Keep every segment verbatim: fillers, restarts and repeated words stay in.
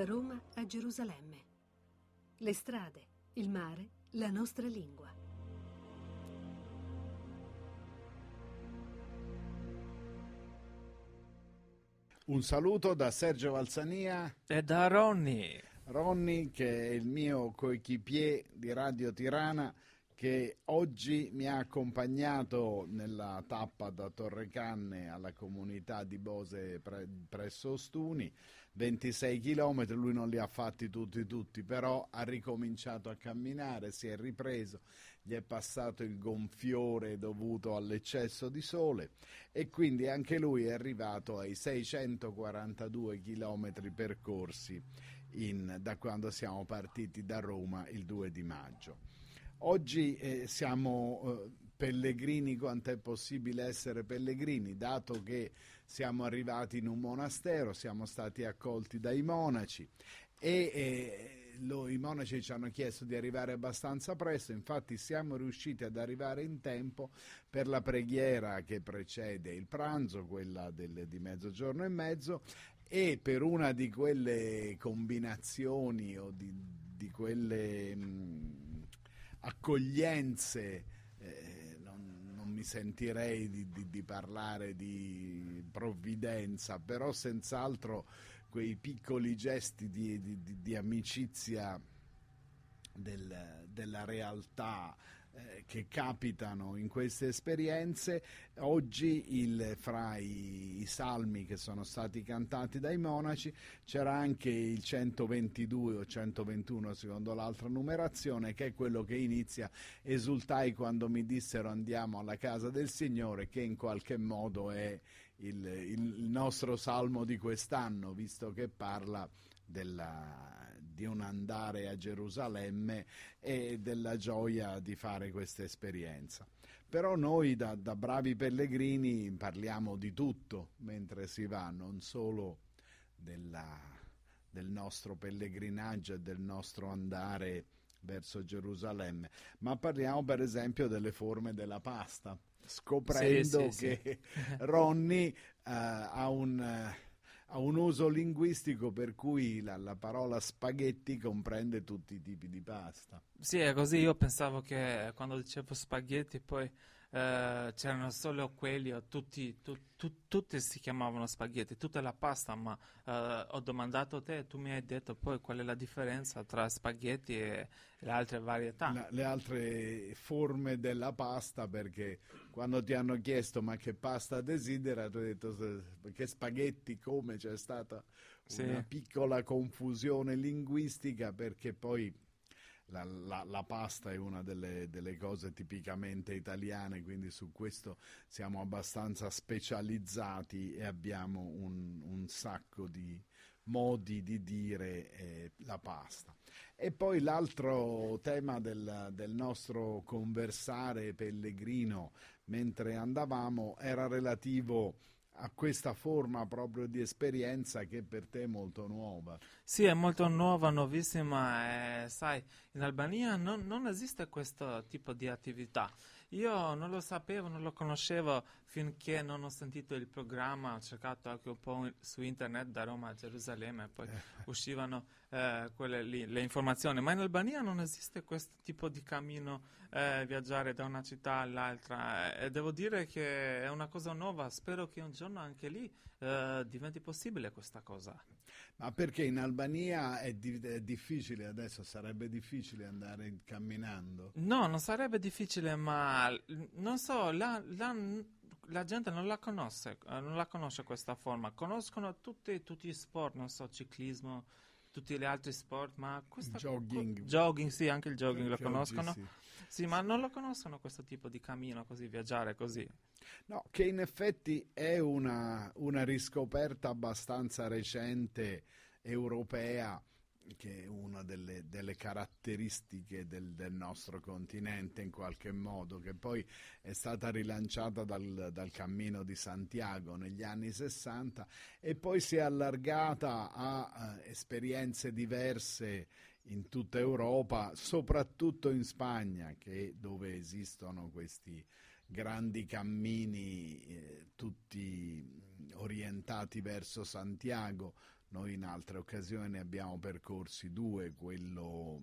Da Roma a Gerusalemme. Le strade, il mare, la nostra lingua. Un saluto da Sergio Valsania e da Ronny. Ronny, che è il mio coéquipier di Radio Tirana, che oggi mi ha accompagnato nella tappa da Torrecanne alla comunità di Bose pre- presso Ostuni, ventisei chilometri. Lui non li ha fatti tutti tutti, però ha ricominciato a camminare, si è ripreso, gli è passato il gonfiore dovuto all'eccesso di sole e quindi anche lui è arrivato ai seicentoquarantadue chilometri percorsi in, da quando siamo partiti da Roma il due di maggio. Oggi eh, siamo eh, pellegrini quanto è possibile essere pellegrini, dato che siamo arrivati in un monastero, siamo stati accolti dai monaci e eh, lo, i monaci ci hanno chiesto di arrivare abbastanza presto, infatti siamo riusciti ad arrivare in tempo per la preghiera che precede il pranzo, quella del, di mezzogiorno e mezzo, e per una di quelle combinazioni o di, di quelle... Mh, accoglienze, eh, non, non mi sentirei di, di, di parlare di provvidenza, però senz'altro quei piccoli gesti di, di, di, di amicizia del, della realtà eh, che capitano in queste esperienze. Oggi il, fra i, i salmi che sono stati cantati dai monaci c'era anche il centoventidue o centoventuno secondo l'altra numerazione, che è quello che inizia: esultai quando mi dissero andiamo alla casa del Signore, che in qualche modo è il, il, il nostro salmo di quest'anno, visto che parla Della, di un andare a Gerusalemme e della gioia di fare questa esperienza. Però noi da, da bravi pellegrini parliamo di tutto mentre si va, non solo della, del nostro pellegrinaggio e del nostro andare verso Gerusalemme, ma parliamo per esempio delle forme della pasta, scoprendo sì, sì, che sì. Ronny uh, ha un... Uh, ha un uso linguistico per cui la, la parola spaghetti comprende tutti i tipi di pasta. Sì, è così. Io pensavo che quando dicevo spaghetti poi eh, c'erano solo quelli, o tutti, tu, tu, tutti si chiamavano spaghetti, tutta la pasta, ma eh, ho domandato a te e tu mi hai detto poi qual è la differenza tra spaghetti e le altre varietà. La, le altre forme della pasta, perché quando ti hanno chiesto ma che pasta desidera, tu hai detto che spaghetti, come c'è stata una Sì. piccola confusione linguistica, perché poi La, la, la pasta è una delle, delle cose tipicamente italiane, quindi su questo siamo abbastanza specializzati e abbiamo un, un sacco di modi di dire eh, la pasta. E poi l'altro tema del, del nostro conversare pellegrino mentre andavamo era relativo a questa forma proprio di esperienza che per te è molto nuova. Sì, è molto nuova, nuovissima e sai, in Albania non, non esiste questo tipo di attività. Io non lo sapevo, non lo conoscevo finché non ho sentito il programma, ho cercato anche un po' su internet da Roma a Gerusalemme e poi uscivano eh, quelle lì, le informazioni, ma in Albania non esiste questo tipo di cammino, eh, viaggiare da una città all'altra e devo dire che è una cosa nuova, spero che un giorno anche lì eh, diventi possibile questa cosa. Ma perché in Albania è, di- è difficile adesso, sarebbe difficile andare camminando? No, non sarebbe difficile, ma l- non so, la, la- la gente non la conosce, eh, non la conosce questa forma. Conoscono tutti, tutti gli sport, non so, ciclismo, tutti gli altri sport, ma questa co- Jogging. jogging, sì, anche il jogging Che, lo che oggi conoscono. sì. Sì, ma non lo conoscono questo tipo di cammino così, viaggiare così. No, che in effetti è una, una riscoperta abbastanza recente europea, che è una delle, delle caratteristiche del, del nostro continente in qualche modo, che poi è stata rilanciata dal, dal Cammino di Santiago negli anni sessanta e poi si è allargata a eh, esperienze diverse in tutta Europa, soprattutto in Spagna, che, dove esistono questi grandi cammini eh, tutti orientati verso Santiago, Noi in altre occasioni ne abbiamo percorsi due, quello,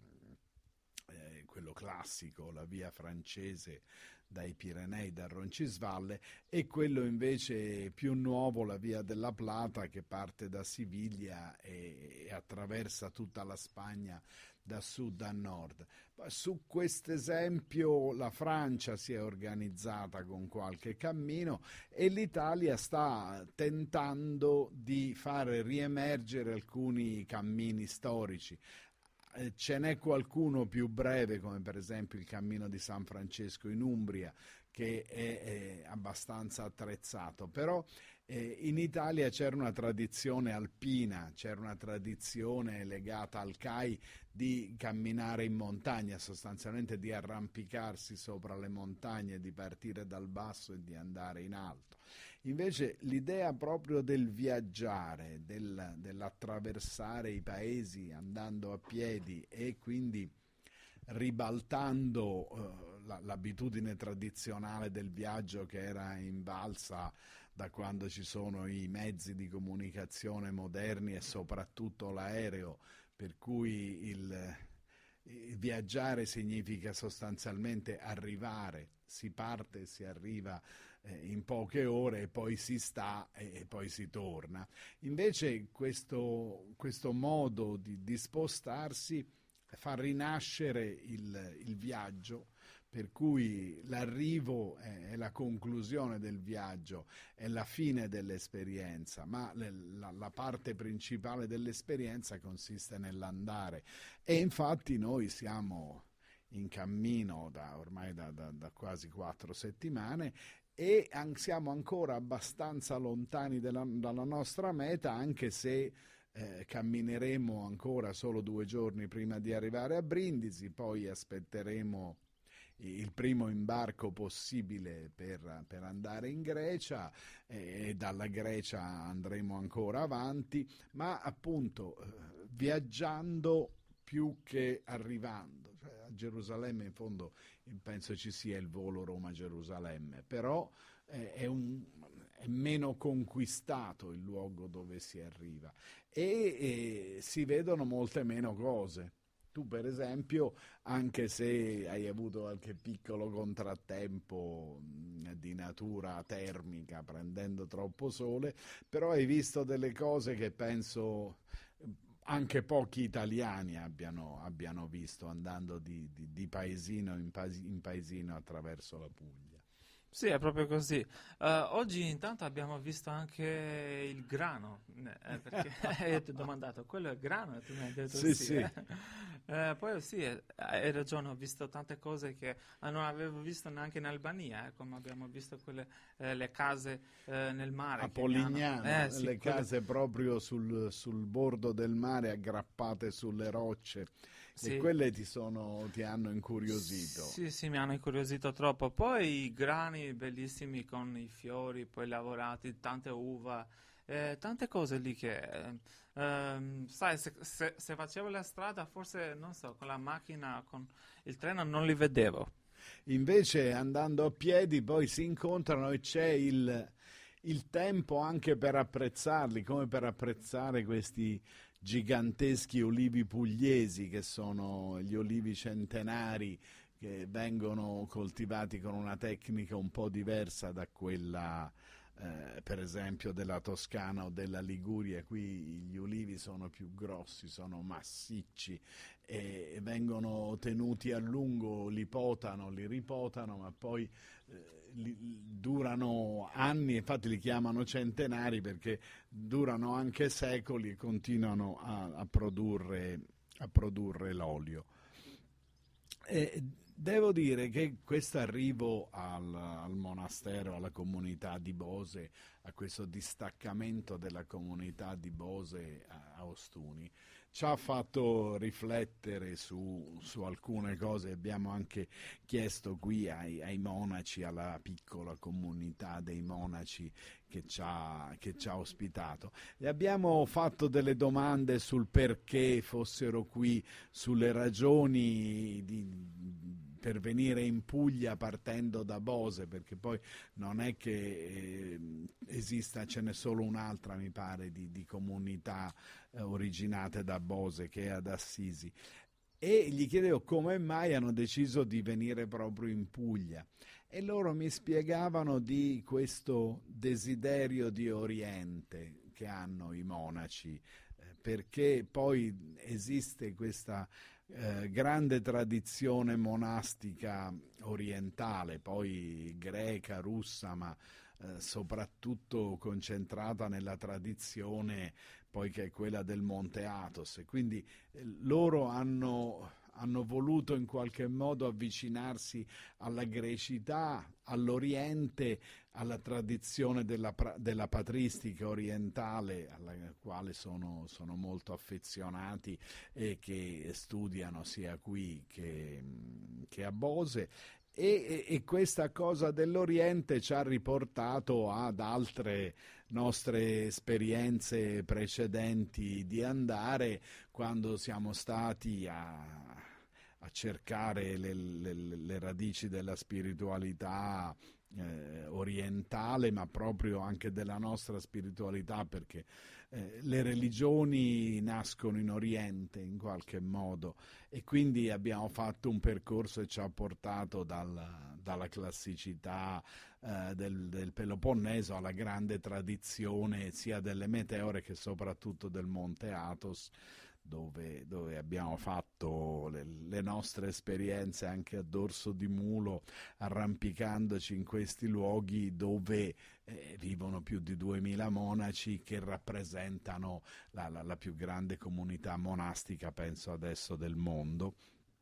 eh, quello classico, la via francese dai Pirenei, da Roncisvalle, e quello invece più nuovo, la via della Plata, che parte da Siviglia e, e attraversa tutta la Spagna da sud a nord. Su questo esempio la Francia si è organizzata con qualche cammino e l'Italia sta tentando di fare riemergere alcuni cammini storici. Ce n'è qualcuno più breve, come per esempio il cammino di San Francesco in Umbria, che è, è abbastanza attrezzato, però eh, in Italia c'era una tradizione alpina, c'era una tradizione legata al C A I di camminare in montagna, sostanzialmente di arrampicarsi sopra le montagne, di partire dal basso e di andare in alto. Invece l'idea proprio del viaggiare, del, dell'attraversare i paesi andando a piedi e quindi ribaltando eh, la, l'abitudine tradizionale del viaggio che era invalsa da quando ci sono i mezzi di comunicazione moderni e soprattutto l'aereo, per cui il, il viaggiare significa sostanzialmente arrivare, si parte e si arriva in poche ore e poi si sta e poi si torna. Invece questo, questo modo di, di spostarsi fa rinascere il, il viaggio, per cui l'arrivo è, è la conclusione del viaggio, è la fine dell'esperienza, ma le, la, la parte principale dell'esperienza consiste nell'andare, e infatti noi siamo in cammino da ormai da, da, da quasi quattro settimane e an- siamo ancora abbastanza lontani della, dalla nostra meta, anche se eh, cammineremo ancora solo due giorni prima di arrivare a Brindisi, poi aspetteremo il primo imbarco possibile per, per andare in Grecia e, e dalla Grecia andremo ancora avanti, ma appunto eh, viaggiando più che arrivando. A Gerusalemme in fondo penso ci sia il volo Roma-Gerusalemme, però eh, è, un, è meno conquistato il luogo dove si arriva e, e si vedono molte meno cose. Tu per esempio, anche se hai avuto qualche piccolo contrattempo di natura termica prendendo troppo sole, però hai visto delle cose che penso anche pochi italiani abbiano, abbiano visto andando di, di, di paesino in, paesi, in paesino attraverso la Puglia. Sì, è proprio così. Uh, oggi intanto abbiamo visto anche il grano, eh, perché ti ho domandato, quello è grano? E tu mi hai detto sì. sì. sì. Eh. Uh, poi sì, hai ragione, ho visto tante cose che non avevo visto neanche in Albania, eh, come abbiamo visto quelle, eh, le case eh, nel mare. A Polignano, eh, sì, le quelle... case proprio sul, sul bordo del mare, aggrappate sulle rocce. Sì. E quelle ti, sono, ti hanno incuriosito. Sì, sì, mi hanno incuriosito troppo. Poi i grani bellissimi con i fiori, poi lavorati, tante uva, eh, tante cose lì che... Eh, ehm, sai, se, se, se facevo la strada, forse, non so, con la macchina, con il treno non li vedevo. Invece andando a piedi poi si incontrano e c'è il, il tempo anche per apprezzarli, come per apprezzare questi giganteschi olivi pugliesi, che sono gli olivi centenari che vengono coltivati con una tecnica un po' diversa da quella eh, per esempio della Toscana o della Liguria. Qui gli olivi sono più grossi, sono massicci e vengono tenuti a lungo, li potano, li ripotano, ma poi eh, li, durano anni, infatti li chiamano centenari perché durano anche secoli e continuano a, a, produrre, a produrre l'olio. E devo dire che questo arrivo al, al monastero, alla comunità di Bose, a questo distaccamento della comunità di Bose a, a Ostuni, ci ha fatto riflettere su, su alcune cose. Abbiamo anche chiesto qui ai, ai monaci, alla piccola comunità dei monaci che ci ha, che ci ha ospitato. E abbiamo fatto delle domande sul perché fossero qui, sulle ragioni di, per venire in Puglia partendo da Bose, perché poi non è che eh, esista, ce n'è solo un'altra mi pare di, di comunità eh, originate da Bose, che è ad Assisi, e gli chiedevo come mai hanno deciso di venire proprio in Puglia, e loro mi spiegavano di questo desiderio di Oriente che hanno i monaci, eh, perché poi esiste questa eh, grande tradizione monastica orientale, poi greca, russa, ma eh, soprattutto concentrata nella tradizione poi che è quella del Monte Athos, e quindi eh, loro hanno hanno voluto in qualche modo avvicinarsi alla grecità, all'Oriente, alla tradizione della, della patristica orientale, alla quale sono, sono molto affezionati e che studiano sia qui che, che a Bose. E, e questa cosa dell'Oriente ci ha riportato ad altre nostre esperienze precedenti di andare, quando siamo stati a, a cercare le, le, le radici della spiritualità eh, orientale, ma proprio anche della nostra spiritualità, perché eh, le religioni nascono in Oriente in qualche modo, e quindi abbiamo fatto un percorso che ci ha portato dal, dalla classicità eh, del, del Peloponneso alla grande tradizione sia delle meteore che soprattutto del Monte Athos, dove, dove abbiamo fatto le, le nostre esperienze anche a dorso di mulo, arrampicandoci in questi luoghi dove eh, vivono più di duemila monaci che rappresentano la, la, la più grande comunità monastica, penso adesso, del mondo.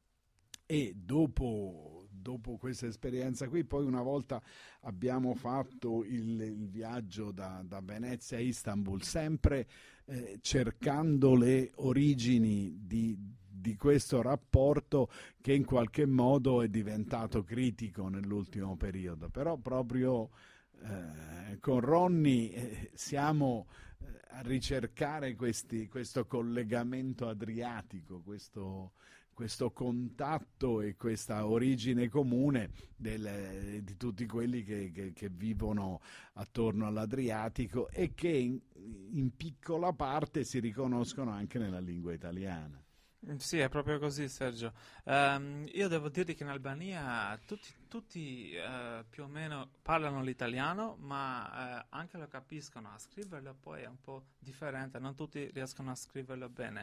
E dopo, dopo questa esperienza qui, poi una volta abbiamo fatto il, il viaggio da, da Venezia a Istanbul, sempre eh, cercando le origini di, di questo rapporto che in qualche modo è diventato critico nell'ultimo periodo. Però proprio eh, con Ronny eh, siamo eh, a ricercare questi, questo collegamento adriatico, questo... questo contatto e questa origine comune del, di tutti quelli che, che, che vivono attorno all'Adriatico e che in, in piccola parte si riconoscono anche nella lingua italiana. Sì, è proprio così, Sergio. Ehm, io devo dirti che in Albania tutti, tutti eh, più o meno parlano l'italiano, ma eh, anche lo capiscono. A scriverlo poi è un po' differente, non tutti riescono a scriverlo bene.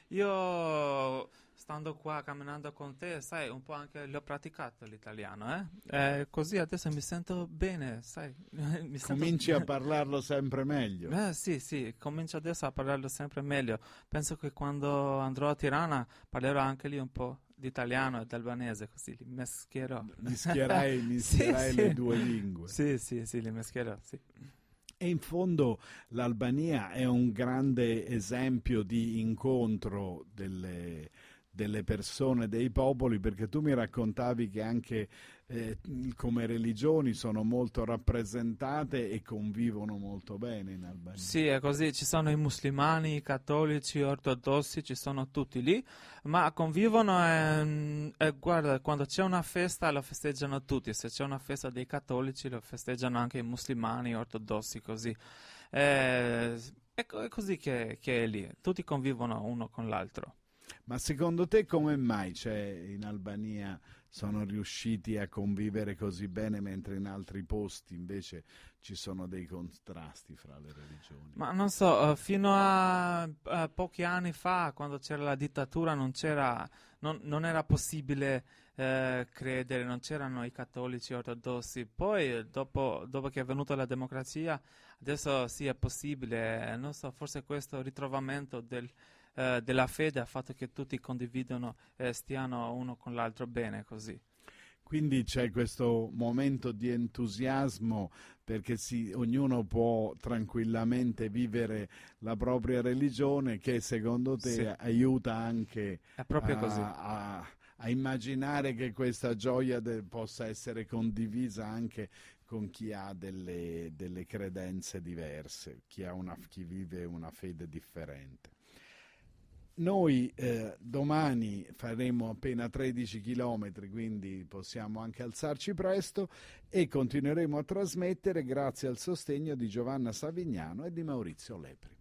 Io, stando qua, camminando con te, sai, un po' anche l'ho praticato l'italiano, eh? Eh, così adesso mi sento bene, sai. mi sento... Cominci a parlarlo sempre meglio. Eh, sì, sì, comincio adesso a parlarlo sempre meglio. Penso che quando andrò a Tirana parlerò anche lì un po' di italiano e d'albanese, così li meschierò. Mischierai, mischierai sì, le sì. due lingue. Sì, sì, sì, li meschierò, sì. E in fondo l'Albania è un grande esempio di incontro delle, delle persone, dei popoli, perché tu mi raccontavi che anche eh, come religioni sono molto rappresentate e convivono molto bene in Albania. Sì, è così, ci sono i musulmani, i cattolici, gli ortodossi, ci sono tutti lì, ma convivono e, e guarda, quando c'è una festa lo festeggiano tutti, se c'è una festa dei cattolici lo festeggiano anche i musulmani, gli ortodossi, così. E, è, è così che, che è lì, tutti convivono uno con l'altro. Ma secondo te come mai c'è in Albania sono riusciti a convivere così bene, mentre in altri posti invece ci sono dei contrasti fra le religioni? Ma non so, uh, fino a, a pochi anni fa, quando c'era la dittatura, non c'era, non, non era possibile eh, credere, non c'erano i cattolici ortodossi. Poi, dopo, dopo che è venuta la democrazia, adesso sì è possibile. Non so, forse questo ritrovamento del Uh, della fede ha fatto che tutti condividono e stiano uno con l'altro bene così. Quindi c'è questo momento di entusiasmo perché si, ognuno può tranquillamente vivere la propria religione, che secondo te Sì. aiuta anche È proprio a, così. a, a immaginare che questa gioia de, possa essere condivisa anche con chi ha delle, delle credenze diverse, chi, ha una, chi vive una fede differente. Noi eh, domani faremo appena tredici chilometri, quindi possiamo anche alzarci presto e continueremo a trasmettere grazie al sostegno di Giovanna Savignano e di Maurizio Lepri.